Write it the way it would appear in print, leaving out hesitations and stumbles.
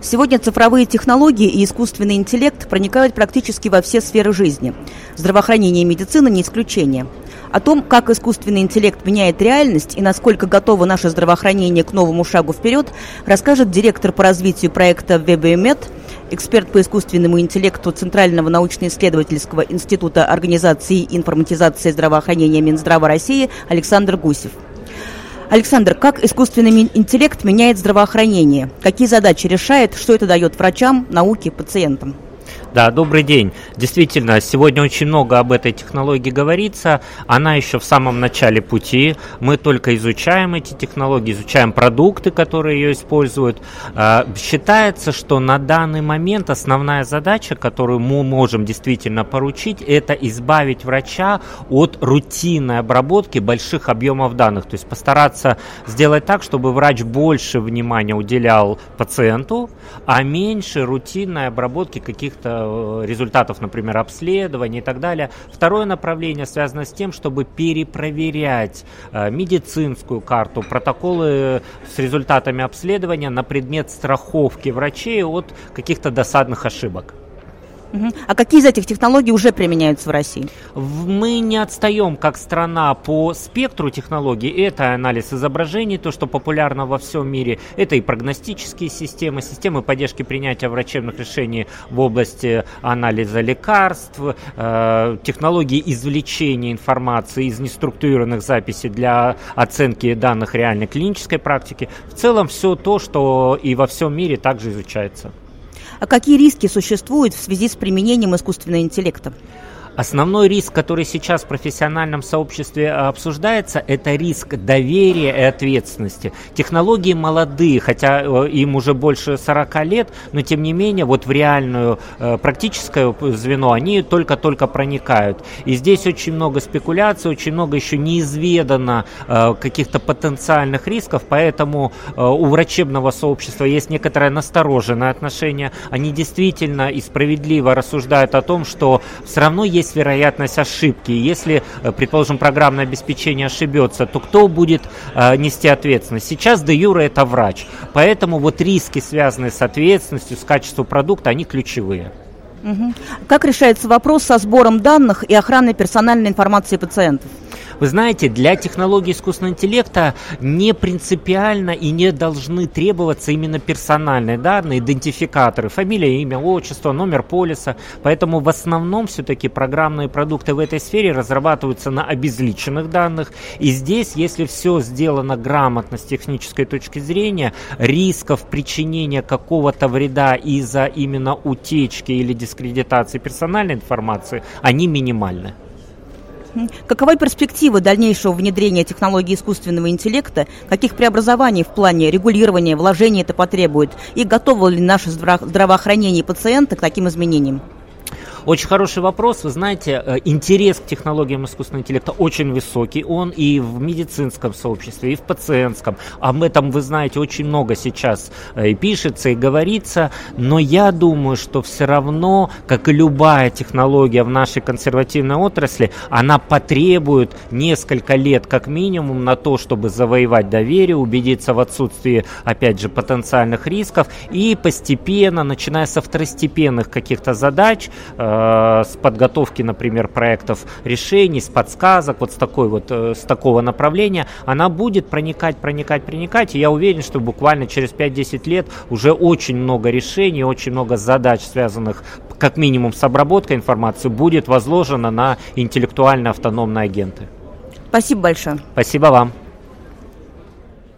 Сегодня цифровые технологии и искусственный интеллект проникают практически во все сферы жизни. Здравоохранение и медицина не исключение. О том, как искусственный интеллект меняет реальность и насколько готово наше здравоохранение к новому шагу вперед, расскажет директор по развитию проекта WebMed, эксперт по искусственному интеллекту Центрального научно-исследовательского института организации и информатизации здравоохранения Минздрава России Александр Гусев. Александр, как искусственный интеллект меняет здравоохранение? Какие задачи решает? Что это дает врачам, науке, пациентам? Да, добрый день. Действительно, сегодня очень много об этой технологии говорится. Она еще в самом начале пути. Мы только изучаем эти технологии, изучаем продукты, которые ее используют. Считается, что на данный момент основная задача, которую мы можем действительно поручить, это избавить врача от рутинной обработки больших объемов данных. То есть постараться сделать так, чтобы врач больше внимания уделял пациенту, а меньше рутинной обработки каких-то результатов, например, обследований и так далее. Второе направление связано с тем, чтобы перепроверять медицинскую карту, протоколы с результатами обследования на предмет страховки врачей от каких-то досадных ошибок. А какие из этих технологий уже применяются в России? Мы не отстаем как страна по спектру технологий. Это анализ изображений, то, что популярно во всем мире. Это и прогностические системы, системы поддержки принятия врачебных решений в области анализа лекарств, технологии извлечения информации из неструктурированных записей для оценки данных реальной клинической практики. В целом все то, что и во всем мире также изучается. А какие риски существуют в связи с применением искусственного интеллекта? Основной риск, который сейчас в профессиональном сообществе обсуждается, это риск доверия и ответственности. Технологии молодые, хотя им уже больше 40 лет, но тем не менее вот в реальную практическое звено они только-только проникают. И здесь очень много спекуляций, очень много еще неизведано каких-то потенциальных рисков, поэтому у врачебного сообщества есть некоторое настороженное отношение. Они действительно и справедливо рассуждают о том, что все равно есть вероятность ошибки. Если, предположим, программное обеспечение ошибется, то кто будет нести ответственность? Сейчас де юре это врач. Поэтому вот риски, связанные с ответственностью, с качеством продукта, они ключевые. Как решается вопрос со сбором данных и охраной персональной информации пациентов? Вы знаете, для технологий искусственного интеллекта не принципиально и не должны требоваться именно персональные данные, идентификаторы, фамилия, имя, отчество, номер полиса. Поэтому в основном все-таки программные продукты в этой сфере разрабатываются на обезличенных данных. И здесь, если все сделано грамотно с технической точки зрения, рисков причинения какого-то вреда из-за именно утечки или дискредитации персональной информации, они минимальны. Каковы перспективы дальнейшего внедрения технологий искусственного интеллекта? Каких преобразований в плане регулирования, вложений это потребует? И готово ли наше здравоохранение пациента к таким изменениям? Очень хороший вопрос. Вы знаете, интерес к технологиям искусственного интеллекта очень высокий. Он и в медицинском сообществе, и в пациентском. Об этом, вы знаете, очень много сейчас и пишется, и говорится. Но я думаю, что все равно, как и любая технология в нашей консервативной отрасли, она потребует несколько лет как минимум на то, чтобы завоевать доверие, убедиться в отсутствии, опять же, потенциальных рисков. И постепенно, начиная со второстепенных каких-то задач, с подготовки, например, проектов решений, с подсказок, вот с такого направления, она будет проникать. И я уверен, что буквально через 5-10 лет уже очень много решений, очень много задач, связанных как минимум с обработкой информации, будет возложено на интеллектуально автономные агенты. Спасибо большое. Спасибо вам.